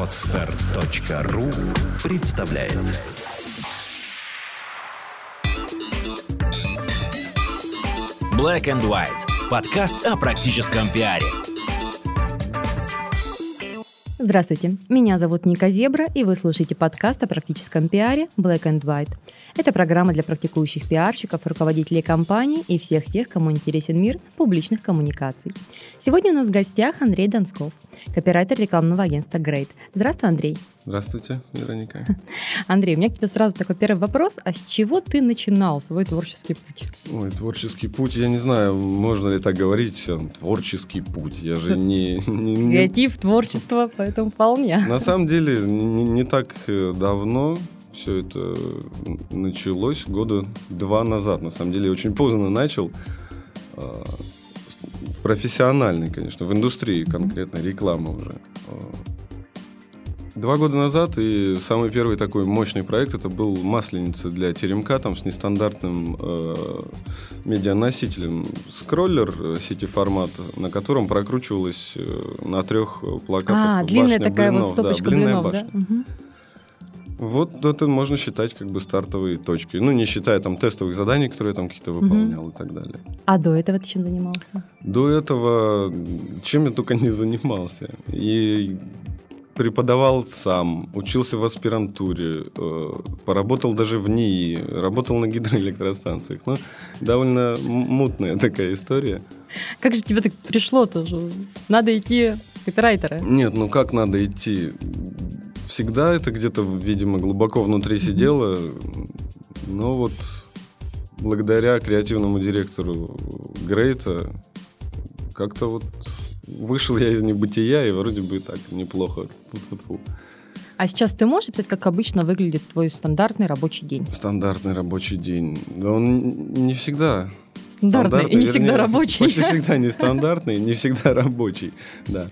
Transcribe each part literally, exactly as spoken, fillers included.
Подстер точка ру представляет. Black and White. Подкаст о практическом пиаре. Здравствуйте, меня зовут Ника Зебра, и вы слушаете подкаст о практическом пиаре Black and White. Это программа для практикующих пиарщиков, руководителей компаний и всех тех, кому интересен мир публичных коммуникаций. Сегодня у нас в гостях Андрей Донсков, копирайтер рекламного агентства Great. Здравствуй, Андрей. Здравствуйте, Вероника. Андрей, у меня к тебе сразу такой первый вопрос. А с чего ты начинал свой творческий путь? Ой, творческий путь, я не знаю, можно ли так говорить, творческий путь. Я же не... не, не... Креатив, творчество, поэтому вполне. На самом деле, не, не так давно все это началось, года два назад. На самом деле, я очень поздно начал. Профессиональный, конечно, в индустрии конкретно, реклама уже. Два года назад, и самый первый такой мощный проект, это был масленица для теремка, там, с нестандартным э, медианосителем. Скроллер сети-формата, на котором прокручивалось э, на трех плакатах а, длинная башня такая блинов. Вот стопочка да, блинная блинов, башня. Да? Угу. Вот это можно считать как бы стартовой точкой. Ну, не считая там тестовых заданий, которые я там какие-то выполнял, угу. и так далее. А до этого ты чем занимался? До этого чем я только не занимался. И преподавал сам, учился в аспирантуре, поработал даже в НИИ, работал на гидроэлектростанциях. Ну, довольно мутная такая история. Как же тебе так пришло тоже? Надо идти копирайтера. Нет, ну как надо идти? Всегда это где-то, видимо, глубоко внутри сидело. Но вот благодаря креативному директору Грейта как-то вот вышел я из небытия, и вроде бы так неплохо. Фу-фу-фу. А сейчас ты можешь описать, как обычно выглядит твой стандартный рабочий день? Стандартный рабочий день. Да он не всегда... Стандартный, стандартный и не вернее, всегда рабочий. Почти всегда не стандартный, не всегда рабочий, да.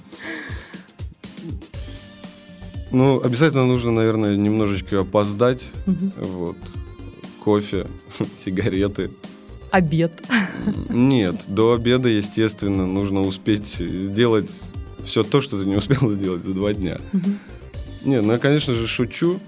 Ну, обязательно нужно, наверное, немножечко опоздать. Угу. Вот. Кофе, сигареты. Обед. Нет, до обеда, естественно, нужно успеть сделать все то, что ты не успел сделать за два дня. Угу. Нет, ну я, конечно же, шучу.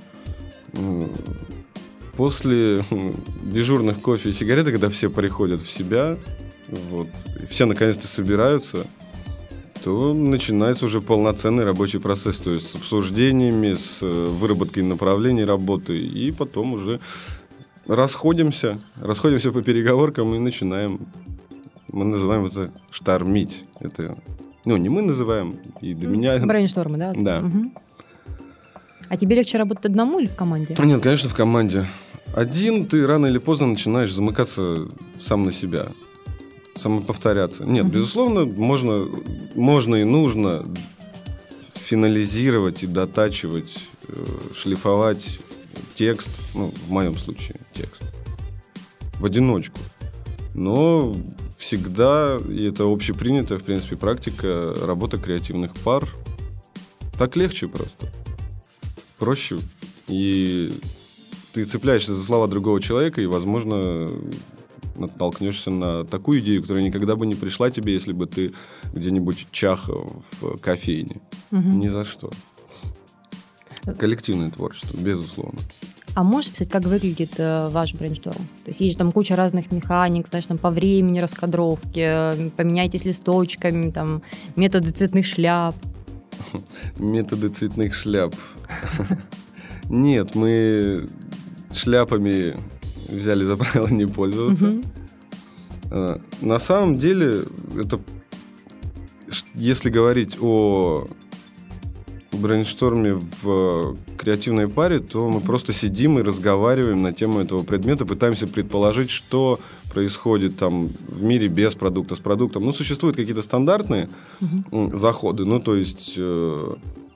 После дежурных кофе и сигареты, когда все приходят в себя, вот, все наконец-то собираются, то начинается уже полноценный рабочий процесс, то есть с обсуждениями, с выработкой направлений работы, и потом уже расходимся, расходимся по переговоркам и начинаем, мы называем это штормить. Это, ну, не мы называем, и до меня... Брейнштормы, да? Да. Угу. А тебе легче работать одному или в команде? Нет, конечно, в команде. Один ты рано или поздно начинаешь замыкаться сам на себя, самоповторяться. Нет, угу. безусловно, можно, можно и нужно финализировать и дотачивать, шлифовать текст, ну, в моем случае текст, в одиночку. Но всегда, и это общепринятая, в принципе, практика, работа креативных пар. Так легче просто. Проще. И ты цепляешься за слова другого человека, и, возможно, натолкнешься на такую идею, которая никогда бы не пришла тебе, если бы ты где-нибудь чахал в кофейне. Угу. Ни за что. Коллективное творчество, безусловно. А можешь писать, как выглядит э, ваш брейншторм? То есть есть же там куча разных механик, знаешь, там по времени раскадровки, поменяйтесь листочками, там методы цветных шляп. Методы цветных шляп. Нет, мы шляпами взяли за правило не пользоваться. На самом деле, это, если говорить о брейншторме в креативной паре, то мы просто сидим и разговариваем на тему этого предмета, пытаемся предположить, что происходит там в мире без продукта, с продуктом. Ну, существуют какие-то стандартные uh-huh. заходы, ну, то есть э,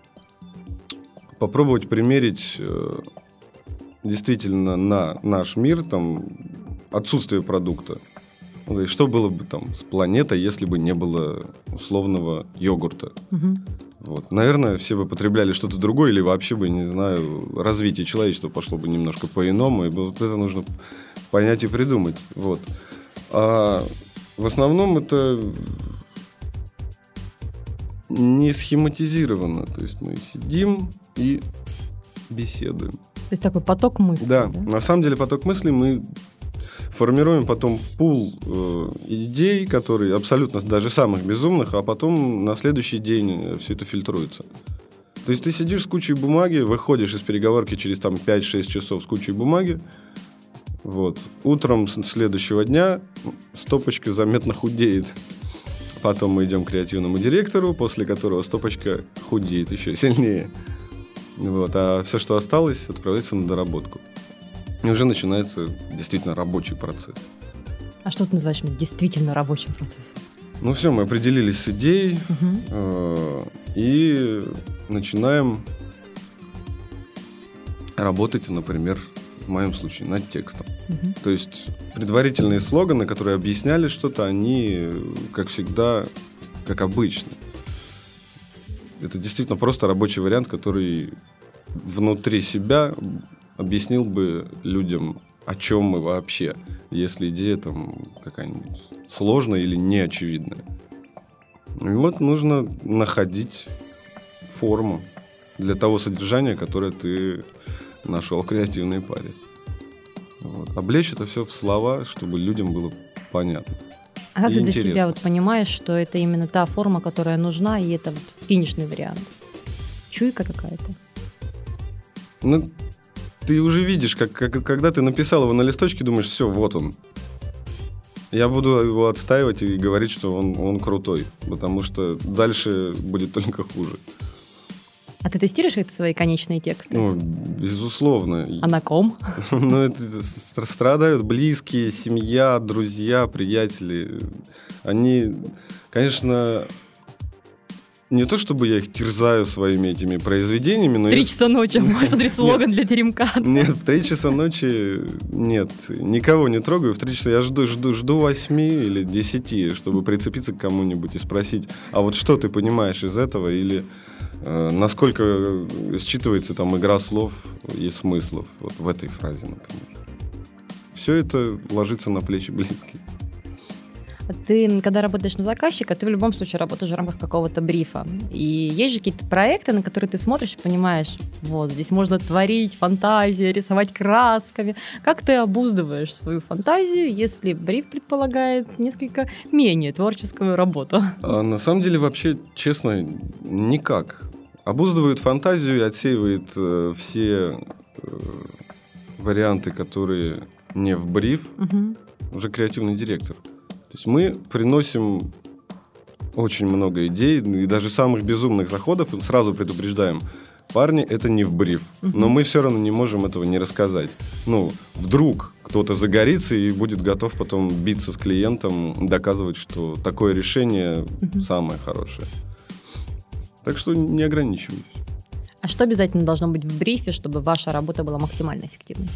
попробовать примерить э, действительно на наш мир там отсутствие продукта. Ну, что было бы там с планетой, если бы не было условного йогурта? Uh-huh. Вот. Наверное, все бы потребляли что-то другое, или вообще бы, не знаю, развитие человечества пошло бы немножко по-иному, и вот это нужно понять и придумать. Вот. А в основном это не схематизировано. То есть мы сидим и беседуем. То есть такой поток мыслей. Да, да? На самом деле поток мыслей мы формируем потом пул э, идей, которые абсолютно даже самых безумных, а потом на следующий день все это фильтруется. То есть ты сидишь с кучей бумаги, выходишь из переговорки через там, пять-шесть часов с кучей бумаги, вот. Утром следующего дня стопочка заметно худеет. Потом мы идем к креативному директору, после которого стопочка худеет еще сильнее. Вот. А все, что осталось, отправляется на доработку. И уже начинается действительно рабочий процесс. А что ты называешь действительно рабочим процессом? Ну все, мы определились с идеей Угу. э, и начинаем работать, например, в моем случае, над текстом. Угу. То есть предварительные слоганы, которые объясняли что-то, они, как всегда, как обычно. Это действительно просто рабочий вариант, который внутри себя объяснил бы людям, о чем мы вообще, если идея там какая-нибудь сложная или неочевидная. И вот нужно находить форму для того содержания, которое ты нашел в креативной паре. Вот. Облечь это все в слова, чтобы людям было понятно. А как И ты для интересно. себя вот понимаешь, что это именно та форма, которая нужна, и это вот финишный вариант? Чуйка какая-то? Ну, ты уже видишь, как, как, когда ты написал его на листочке, думаешь, все, вот он. Я буду его отстаивать и говорить, что он, он крутой, потому что дальше будет только хуже. А ты тестируешь какие-то свои конечные тексты? Ну, безусловно. А на ком? Ну, это стра- страдают близкие, семья, друзья, приятели. Они, конечно, не то чтобы я их терзаю своими этими произведениями, но... Три если- часа ночи, можешь посмотреть слоган для теремка. Нет, в три часа ночи нет, никого не трогаю. В три часа я жду, жду, жду восьми или десяти, чтобы прицепиться к кому-нибудь и спросить, а вот что ты понимаешь из этого, или э, насколько считывается там игра слов и смыслов вот в этой фразе, например. Все это ложится на плечи близких. Ты, когда работаешь на заказчика, ты в любом случае работаешь в рамках какого-то брифа. И есть же какие-то проекты, на которые ты смотришь и понимаешь, вот, здесь можно творить фантазию, рисовать красками. Как ты обуздываешь свою фантазию, если бриф предполагает несколько менее творческую работу? А на самом деле, вообще, честно, никак. Обуздывает фантазию и отсеивает э, все э, варианты, которые не в бриф, Угу. уже креативный директор. То есть мы приносим очень много идей, и даже самых безумных заходов, и сразу предупреждаем, парни, это не в бриф, Мгм. но мы все равно не можем этого не рассказать. Ну, вдруг кто-то загорится и будет готов потом биться с клиентом, доказывать, что такое решение Мгм. самое хорошее. Так что не ограничивайтесь. А что обязательно должно быть в брифе, чтобы ваша работа была максимально эффективной?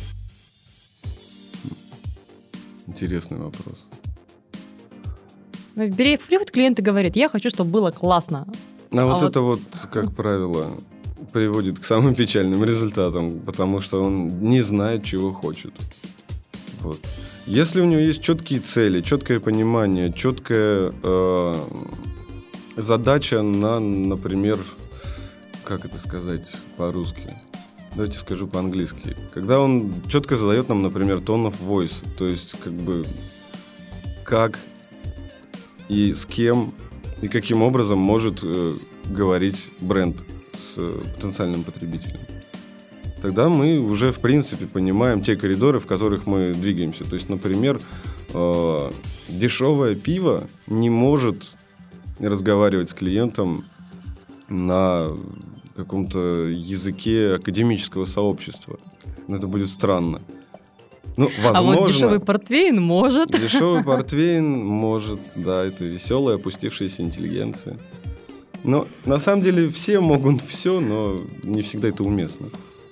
Интересный вопрос. Ну, бери- Приходит клиент и говорит, я хочу, чтобы было классно. А, А вот, вот- это вот, как правило, приводит к самым печальным результатам, потому что он не знает, чего хочет. Вот. Если у него есть четкие цели, четкое понимание, четкая э, задача на, например, как это сказать по-русски? Давайте скажу по-английски. Когда он четко задает нам, например, tone of voice, то есть как бы как и с кем и каким образом может э, говорить бренд с э, потенциальным потребителем. Тогда мы уже, в принципе, понимаем те коридоры, в которых мы двигаемся. То есть, например, э, дешевое пиво не может разговаривать с клиентом на каком-то языке академического сообщества. Это будет странно. Ну, А вот возможно, дешевый портвейн может. дешевый портвейн может, да, это веселая, опустившаяся интеллигенция. Но на самом деле все могут все, но не всегда это уместно.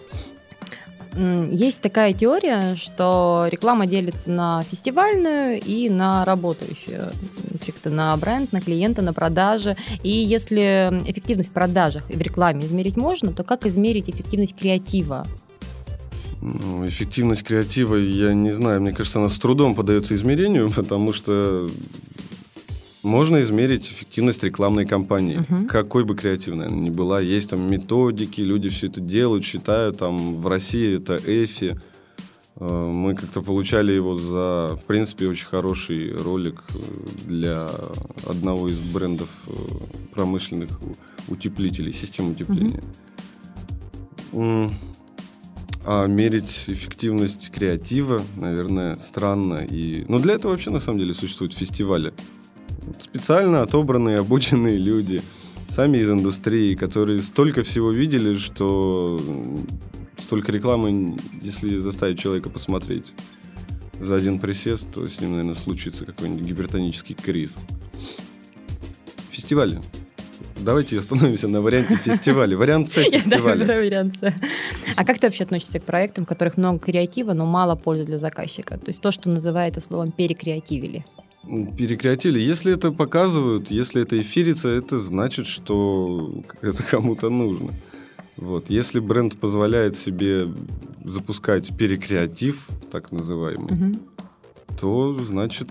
М, Есть такая теория, что реклама делится на фестивальную и на работающую. Как-то на бренд, на клиента, на продажи. И если эффективность в продажах и в рекламе измерить можно, то как измерить эффективность креатива? Ну, эффективность креатива, я не знаю, мне кажется, она с трудом поддается измерению, потому что Можно измерить эффективность рекламной кампании, Мгм. какой бы креативной она ни была. Есть там методики, люди все это делают, считают. Там в России это Эфи. Э, Мы как-то получали его за, в принципе, очень хороший ролик э, для одного из брендов э, промышленных у- утеплителей, систем утепления. М, А мерить эффективность креатива, наверное, странно. И... Но для этого вообще, на самом деле, существуют фестивали. Специально отобранные, обученные люди, сами из индустрии, которые столько всего видели, что м, столько рекламы, если заставить человека посмотреть за один присест, то с ним, наверное, случится какой-нибудь гипертонический криз. Фестивали. Давайте остановимся на варианте фестиваля. Вариант С Я да, фестиваля. выбираю вариант С. А как ты вообще относишься к проектам, в которых много креатива, но мало пользы для заказчика? То есть то, что называется словом «перекреативили». Перекреатили. Если это показывают, если это эфирится, это значит, что это кому-то нужно. Вот. Если бренд позволяет себе запускать перекреатив, так называемый, Мгм. то, значит,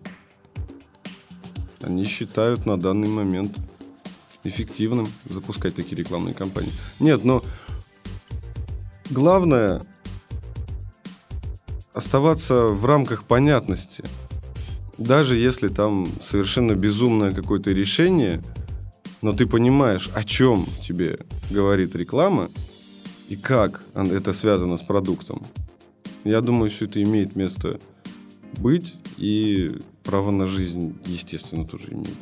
они считают на данный момент эффективным запускать такие рекламные кампании. Нет, но главное оставаться в рамках понятности. Даже если там совершенно безумное какое-то решение, но ты понимаешь, о чем тебе говорит реклама и как он- это связано с продуктом. Я думаю, все это имеет место быть, и право на жизнь, естественно, тоже имеет.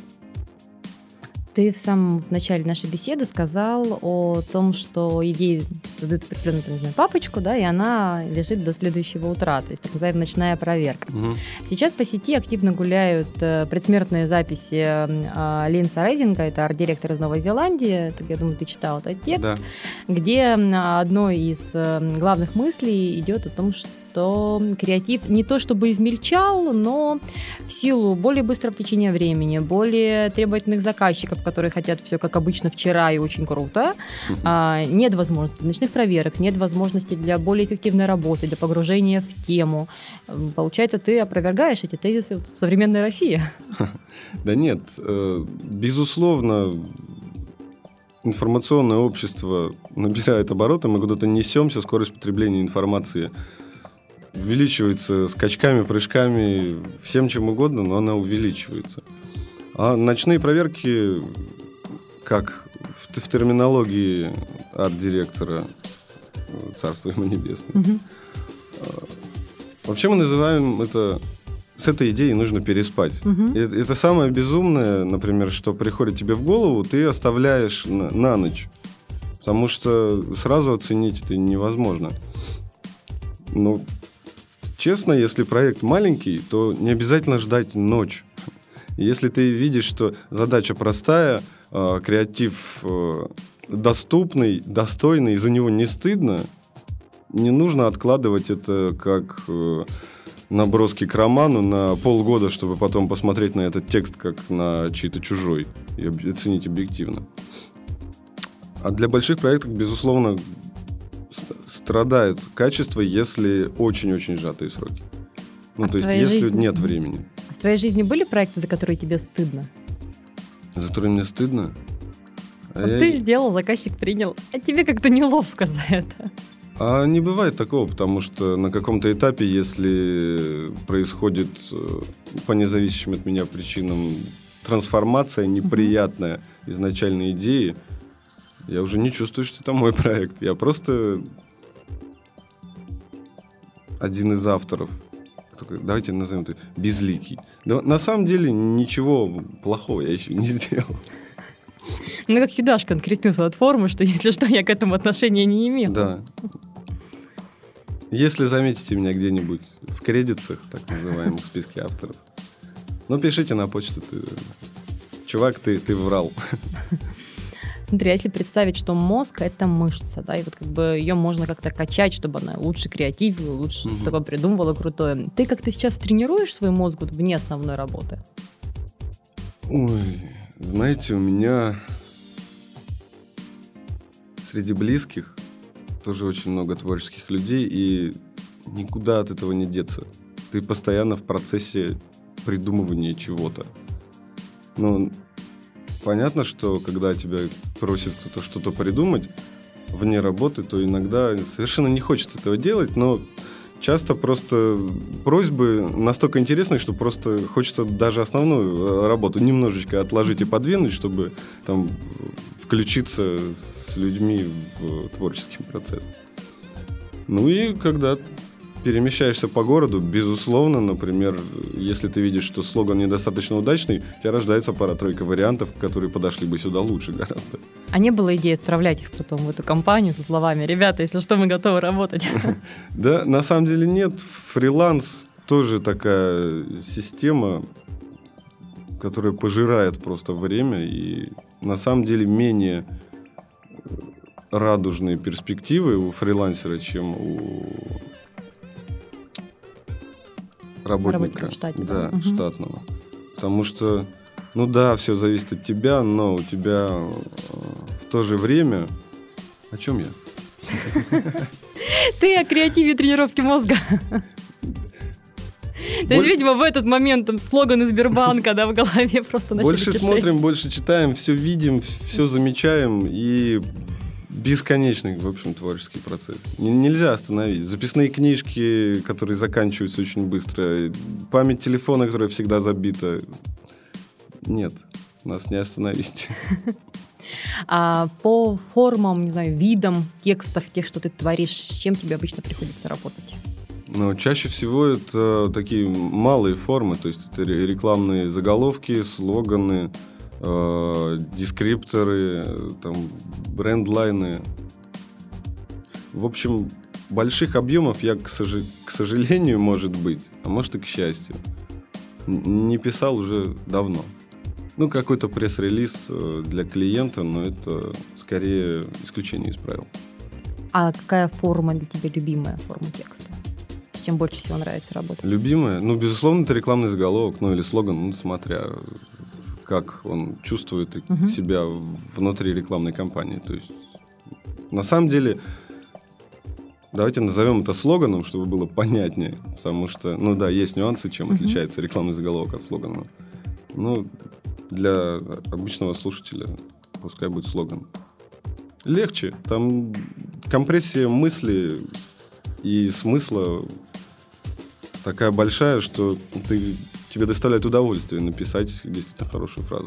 Ты в самом начале нашей беседы сказал о том, что идеи создают определенную, там, не знаю, папочку, да, и она лежит до следующего утра, то есть так называемая ночная проверка. Мгм. Сейчас по сети активно гуляют э, предсмертные записи э, Линса Рейдинга, это арт-директор из Новой Зеландии, это, я думаю, ты читал этот текст, Да. где м, одной из э, главных мыслей идет о том, что креатив не то чтобы измельчал, но в силу более быстрого течения времени, более требовательных заказчиков, которые хотят все как обычно вчера и очень круто, а, нет возможности ночных проверок, нет возможности для более эффективной работы, для погружения в тему. М, Получается, ты опровергаешь эти тезисы в современной России. Да нет, э, безусловно, информационное общество набирает обороты, мы куда-то несемся, скорость потребления информации увеличивается скачками, прыжками, всем чем угодно, но она увеличивается. А ночные проверки, как в, в терминологии арт-директора, царство ему небесное, Мгм. вообще мы называем это... С этой идеей нужно переспать. Мгм. И Это самое безумное, например, что приходит тебе в голову, ты оставляешь на, на ночь. Потому что сразу оценить это невозможно. Ну, честно, если проект маленький, то не обязательно ждать ночь. Если ты видишь, что задача простая, э, креатив э, доступный, достойный, за него не стыдно, не нужно откладывать это как э, наброски к роману на полгода, чтобы потом посмотреть на этот текст как на чей-то чужой и об- оценить объективно. А для больших проектов, безусловно, с- страдает качество, если очень-очень сжатые сроки. Ну, А в то есть, твоей если жизни? нет времени. В твоей жизни были проекты, за которые тебе стыдно? За которые мне стыдно. А, Вот я- ты сделал, заказчик принял, а тебе как-то неловко за это. а не бывает такого, потому что на каком-то этапе, если происходит э, по независящим от меня причинам трансформация неприятная изначальной идеи, я уже не чувствую, что это мой проект. Я просто один из авторов. Только давайте назовем это безликий. Да, на самом деле ничего плохого я еще не сделал. Ну, как Юдаш конкретился от формы, что если что, я к этому отношения не имел. Да. Если заметите меня где-нибудь в кредитах, так называемых, в списке авторов, ну, пишите на почту. Ты... Чувак, ты, ты врал. Смотри, а если представить, что мозг — это мышца, да, и вот как бы ее можно как-то качать, чтобы она лучше креативила, лучше Мгм. такое придумывала крутое. Ты как-то сейчас тренируешь свой мозг вот вне основной работы? Ой, знаете, у меня среди близких тоже очень много творческих людей, и никуда от этого не деться. Ты постоянно в процессе придумывания чего-то. Ну, понятно, что когда тебя просит кто-то что-то придумать вне работы, то иногда совершенно не хочется этого делать, но часто просто просьбы настолько интересные, что просто хочется даже основную работу немножечко отложить и подвинуть, чтобы там включиться с людьми в творческий процесс. Ну и когда перемещаешься по городу, безусловно, например, если ты видишь, что слоган недостаточно удачный, у тебя рождается пара-тройка вариантов, которые подошли бы сюда лучше гораздо. А не было идеи отправлять их потом в эту компанию со словами: «Ребята, если что, мы готовы работать»? Да, на самом деле нет. Фриланс тоже такая система, которая пожирает просто время, и на самом деле менее радужные перспективы у фрилансера, чем у работника, в штате, да, да? штатного. Потому что, ну да, все зависит от тебя, но у тебя в то же время... О чем я? Ты о креативе тренировки мозга. То есть, видимо, в этот момент там слоганы Сбербанка, да, в голове просто начали Больше кишеть. смотрим, больше читаем, все видим, все замечаем, и бесконечный, в общем, творческий процесс. Н- нельзя остановить. Записные книжки, которые заканчиваются очень быстро, память телефона, которая всегда забита. Нет, нас не остановить. А по формам, не знаю, видам текстов, тех, что ты творишь, с чем тебе обычно приходится работать? Но чаще всего это такие малые формы, то есть это рекламные заголовки, слоганы, э, дескрипторы, там, брендлайны. В общем, больших объемов я, к, сож... к сожалению, может быть, а может и к счастью, н- не писал уже давно. Ну, какой-то пресс-релиз для клиента, но это скорее исключение из правил. А какая форма для тебя любимая форма текста? С чем больше всего нравится работать? Любимое? Ну, безусловно, это рекламный заголовок, ну, или слоган, ну, смотря как он чувствует Мгм. себя внутри рекламной кампании. То есть, на самом деле, давайте назовем это слоганом, чтобы было понятнее, потому что, ну да, есть нюансы, чем Мгм. отличается рекламный заголовок от слогана. Ну, для обычного слушателя пускай будет слоган. Легче, там компрессия мысли и смысла такая большая, что ты, тебе доставляет удовольствие написать действительно хорошую фразу.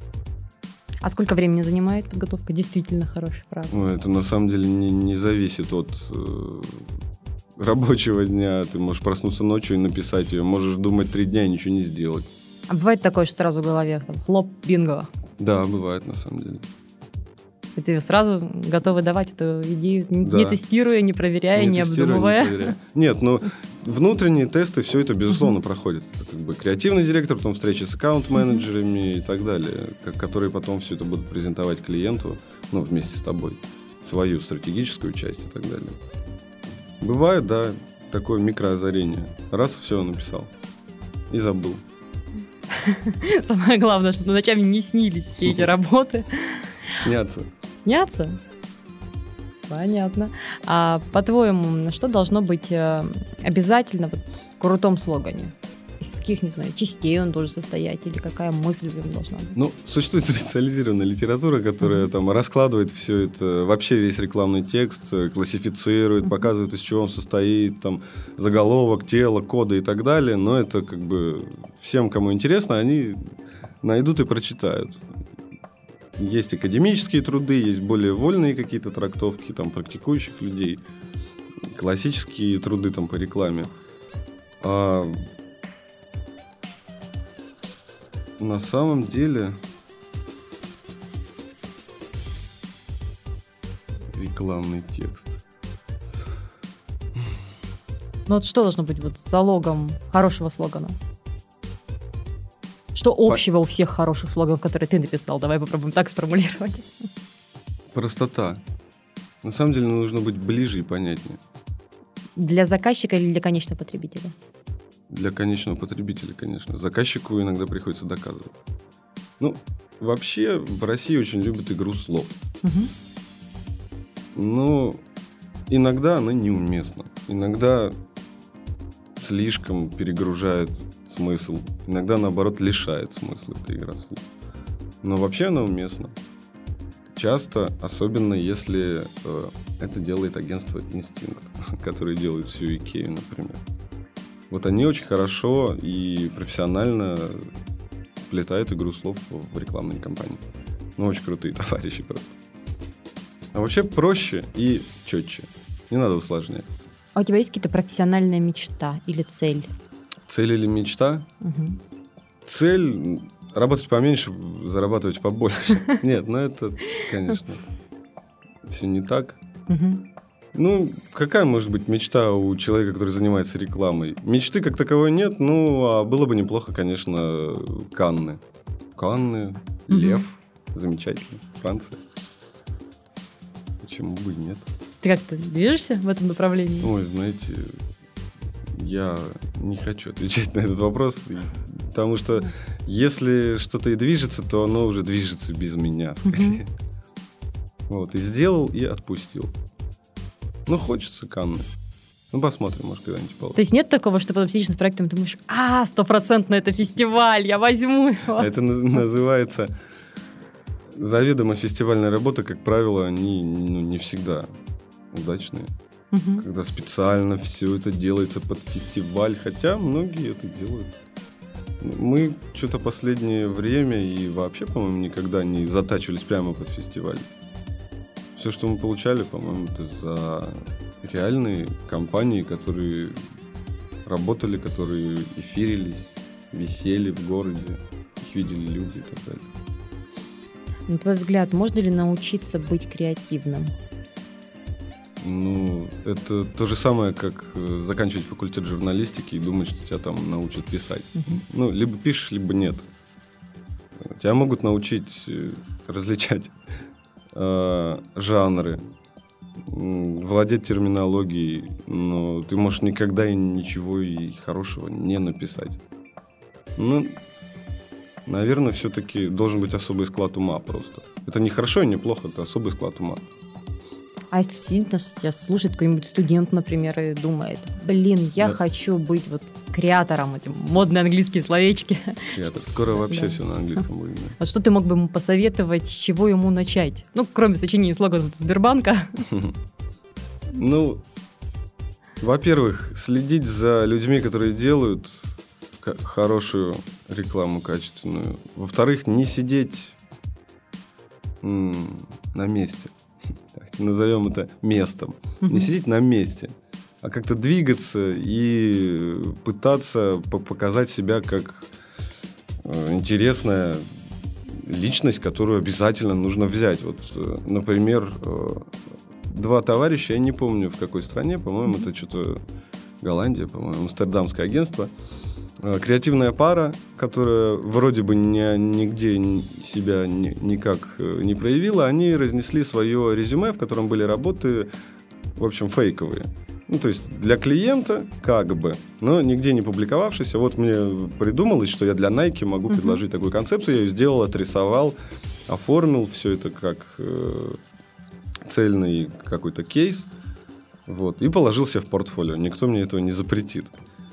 А сколько времени занимает подготовка действительно хорошей фразы? Ну, это на самом деле не, не зависит от э, рабочего дня. Ты можешь проснуться ночью и написать ее. Можешь думать три дня и ничего не сделать. А бывает такое, что сразу в голове там, хлоп, бинго. Да, бывает на самом деле. И ты сразу готовы давать эту идею, н- Да. не тестируя, не проверяя, не, тестируя, не обдумывая. проверяя. Нет, ну, внутренние тесты, все это, безусловно, проходит. Это как бы креативный директор, потом встречи с аккаунт-менеджерами и так далее, как- которые потом все это будут презентовать клиенту, ну, вместе с тобой, свою стратегическую часть и так далее. Бывает, да, такое микроозарение. Раз, все, написал. И забыл. Самое главное, чтобы ночами не снились все эти работы. Снятся. Снятся? Понятно. А по-твоему, что должно быть э, обязательно вот в крутом слогане? Из каких, не знаю, частей он должен состоять, или какая мысль в нем должна быть? Ну, существует специализированная литература, которая там раскладывает все это, вообще весь рекламный текст, э, классифицирует, Мгм. показывает, из чего он состоит, там, заголовок, тело, коды и так далее. Но это как бы всем, кому интересно, они найдут и прочитают. Есть академические труды, есть более вольные какие-то трактовки там, практикующих людей, классические труды там, по рекламе. А на самом деле рекламный текст. Ну вот что должно быть вот залогом хорошего слогана? Что общего у всех хороших слоганов, которые ты написал? Давай попробуем так сформулировать. Простота. На самом деле нужно быть ближе и понятнее. Для заказчика или для конечного потребителя? Для конечного потребителя, конечно. Заказчику иногда приходится доказывать. Ну, вообще в России очень любят игру слов. Мгм. Но иногда она неуместна. Иногда слишком перегружает смысл, иногда, наоборот, лишает смысла эта игра слов. Но вообще она уместна. Часто, особенно если э, это делает агентство «Инстинкт», которое делает всю Икею, например. Вот они очень хорошо и профессионально вплетают игру слов в рекламные кампании. Ну, очень крутые товарищи просто. А вообще проще и четче. Не надо усложнять. А у тебя есть какая-то профессиональная мечта или цель? Цель или мечта? Угу. Цель – работать поменьше, зарабатывать побольше. Нет, ну это, конечно, все не так. Угу. Ну, какая может быть мечта у человека, который занимается рекламой? Мечты как таковой нет, ну, а было бы неплохо, конечно, Канны. Канны, Угу. Лев, замечательно, Франция. Почему бы и нет? Ты как-то движешься в этом направлении? Ой, знаете, я не хочу отвечать на этот вопрос, потому что если что-то и движется, то оно уже движется без меня, скорее. Угу. Вот, и сделал, и отпустил. Ну, хочется Канны. Ну, посмотрим, может, когда-нибудь получится. То есть нет такого, что потом сидишь над проектом и думаешь, а, стопроцентно это фестиваль, я возьму его. Это называется заведомо фестивальная работа, как правило, они ну, не всегда удачные. Угу. Когда специально все это делается под фестиваль, хотя многие это делают. Мы что-то последнее время и вообще, по-моему, никогда не затачивались прямо под фестиваль. Все, что мы получали, по-моему, это за реальные компании, которые работали, которые эфирились, висели в городе, их видели люди и так далее. На твой взгляд, можно ли научиться быть креативным? Ну, это то же самое, как заканчивать факультет журналистики и думать, что тебя там научат писать. Uh-huh. Ну, либо пишешь, либо нет. Тебя могут научить различать э, жанры, владеть терминологией, но ты можешь никогда и ничего и хорошего не написать. Ну, наверное, все-таки должен быть особый склад ума просто. Это не хорошо и не плохо, это особый склад ума. А если действительно сейчас слушает какой-нибудь студент, например, и думает, блин, я да. хочу быть вот креатором, эти модные английские словечки. Креатор. Скоро вообще да. все на английском будет. Да. Вот что ты мог бы ему посоветовать, с чего ему начать? Ну, кроме сочинения слоганов Сбербанка. Ну, во-первых, следить за людьми, которые делают хорошую рекламу, качественную. Во-вторых, не сидеть м- на месте. Назовем это местом. Uh-huh. Не сидеть на месте, а как-то двигаться и пытаться показать себя как интересная личность, которую обязательно нужно взять. Вот, например, два товарища, я не помню в какой стране, по-моему, это что-то Голландия, по-моему, амстердамское агентство. Креативная пара, которая вроде бы ни, нигде себя ни, никак не проявила, они разнесли свое резюме, в котором были работы, в общем, фейковые. Ну, то есть для клиента как бы, но нигде не публиковавшиеся. Вот мне придумалось, что я для Nike могу uh-huh. предложить такую концепцию. Я ее сделал, отрисовал, оформил все это как э, цельный какой-то кейс. Вот, и положил себе в портфолио. Никто мне этого не запретит.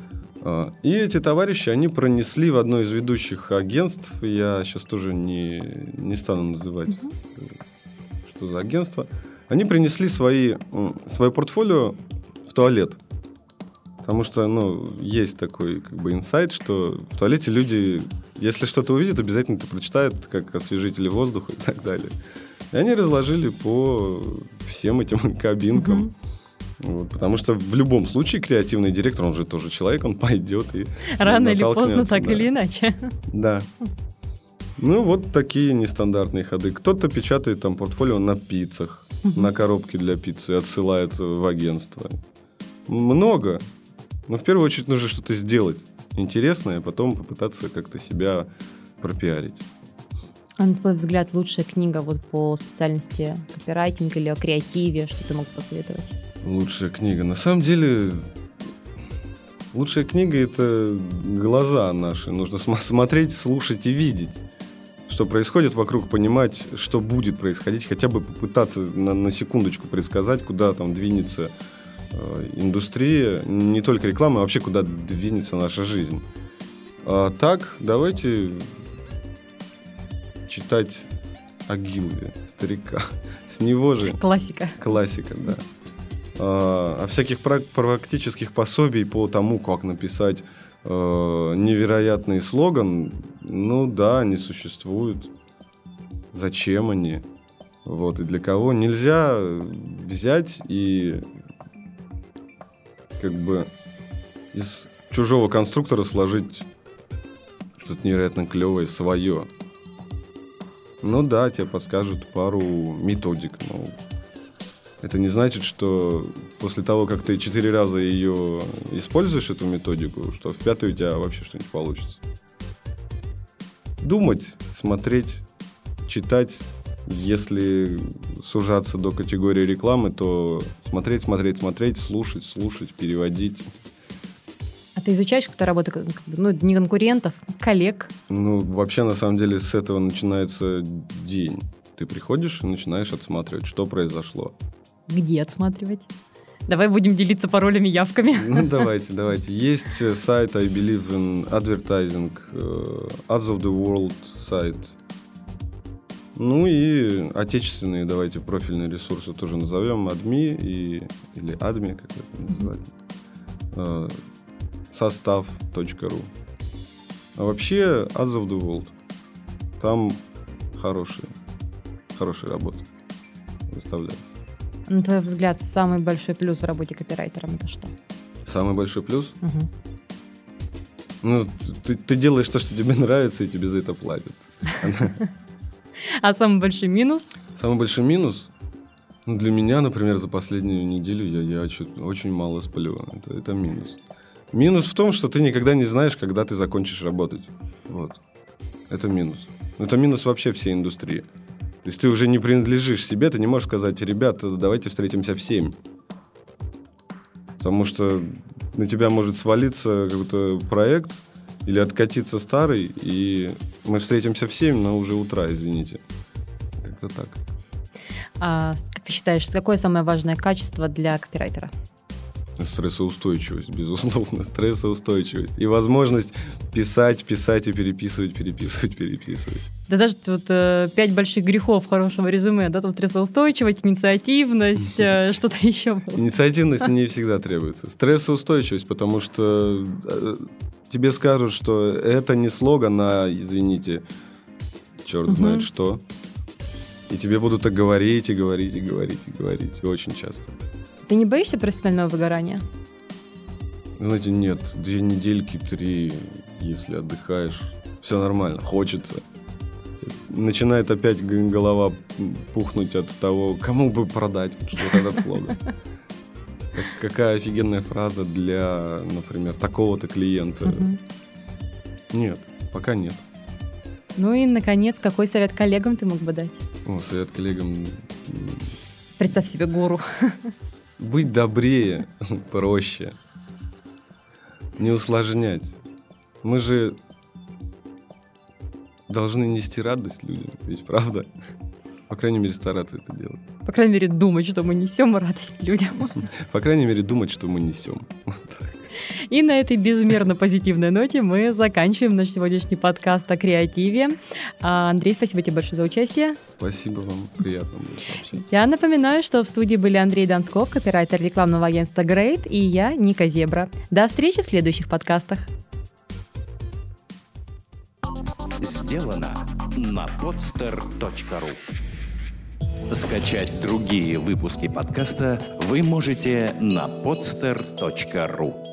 И эти товарищи, они пронесли в одно из ведущих агентств, я сейчас тоже не, не стану называть, uh-huh. что за агентство, они принесли свои, свое портфолио в туалет. Потому что, ну, есть такой как бы инсайт, что в туалете люди, если что-то увидят, обязательно это прочитают, как освежители воздуха и так далее. И они разложили по всем этим кабинкам. Uh-huh. Вот, потому что в любом случае креативный директор, он же тоже человек, он пойдет и рано или поздно, так да. или иначе. Да. Ну, вот такие нестандартные ходы. Кто-то печатает там портфолио на пиццах, uh-huh. на коробке для пиццы, отсылает в агентство. Много. Но в первую очередь нужно что-то сделать интересное, а потом попытаться как-то себя пропиарить. А на твой взгляд, лучшая книга вот по специальности копирайтинг или о креативе, что ты мог посоветовать? Лучшая книга. На самом деле, лучшая книга – это глаза наши. Нужно смотреть, слушать и видеть, что происходит вокруг, понимать, что будет происходить, хотя бы попытаться на, на секундочку предсказать, куда там двинется э, индустрия, не только реклама, а вообще куда двинется наша жизнь. А так, давайте читать о Гилве, старика. С него же... Классика. Классика, да. А, о всяких практических пособий по тому, как написать э, невероятный слоган, ну да, они существуют. Зачем они? Вот, и для кого? Нельзя взять и как бы из чужого конструктора сложить что-то невероятно клевое, свое. Ну да, тебе подскажут пару методик, но это не значит, что после того, как ты четыре раза ее используешь, эту методику, что в пятый у тебя вообще что-нибудь получится. Думать, смотреть, читать. Если сужаться до категории рекламы, то смотреть, смотреть, смотреть, слушать, слушать, переводить. А ты изучаешь как-то работу, ну, не конкурентов, коллег? Ну, вообще, на самом деле, с этого начинается день. Ты приходишь и начинаешь отсматривать, что произошло. Где отсматривать? Давай будем делиться паролями, явками. Ну, давайте, давайте. Есть сайт I Believe in Advertising, Ads of the World сайт. Ну и отечественные, давайте, профильные ресурсы тоже назовем. Адми и, или Адми, как это называть. Состав точка ру. А вообще Ads of the World. Там хорошие, хорошие работы выставляются. На твой взгляд, самый большой плюс в работе копирайтером это что? Самый большой плюс? Угу. Ну, ты, ты делаешь то, что тебе нравится, и тебе за это платят. А самый большой минус? Самый большой минус? Ну, для меня, например, за последнюю неделю я, я очень мало сплю. Это, это минус. Минус в том, что ты никогда не знаешь, когда ты закончишь работать. Вот. Это минус. Это минус вообще всей индустрии. То есть ты уже не принадлежишь себе, ты не можешь сказать: ребята, давайте встретимся в семь. Потому что на тебя может свалиться какой-то проект или откатиться старый, и мы встретимся в семь, но уже утра, извините. Как-то так. А как ты считаешь, какое самое важное качество для копирайтера? Стрессоустойчивость, безусловно, стрессоустойчивость. И возможность писать, писать и переписывать, переписывать, переписывать. Да даже тут э, пять больших грехов хорошего резюме, да, тут стрессоустойчивость, инициативность, э, что-то еще было. Инициативность не всегда требуется. Стрессоустойчивость, потому что э, тебе скажут, что это не слоган, а, извините, черт знает что. И тебе будут так говорить, и говорить, и говорить, и говорить. И очень часто. Ты не боишься профессионального выгорания? Знаете, нет. Две недельки, три, если отдыхаешь, все нормально, хочется. Начинает опять голова пухнуть от того, кому бы продать вот этот слоган. Какая офигенная фраза для, например, такого-то клиента. Угу. Нет, пока нет. Ну и, наконец, какой совет коллегам ты мог бы дать? О, совет коллегам... Представь себе гуру. Быть добрее, проще. Не усложнять. Мы же должны нести радость людям, ведь правда? По крайней мере, стараться это делать. По крайней мере, думать, что мы несем радость людям. По крайней мере, думать, что мы несем. Вот так. И на этой безмерно позитивной ноте мы заканчиваем наш сегодняшний подкаст о креативе. Андрей, спасибо тебе большое за участие. Спасибо вам, приятно было вообще. Я напоминаю, что в студии были Андрей Донсков, копирайтер рекламного агентства Great, и я, Ника Зебра. До встречи в следующих подкастах. Сделано на подстер точка ру. Скачать другие выпуски подкаста вы можете на подстер точка ру.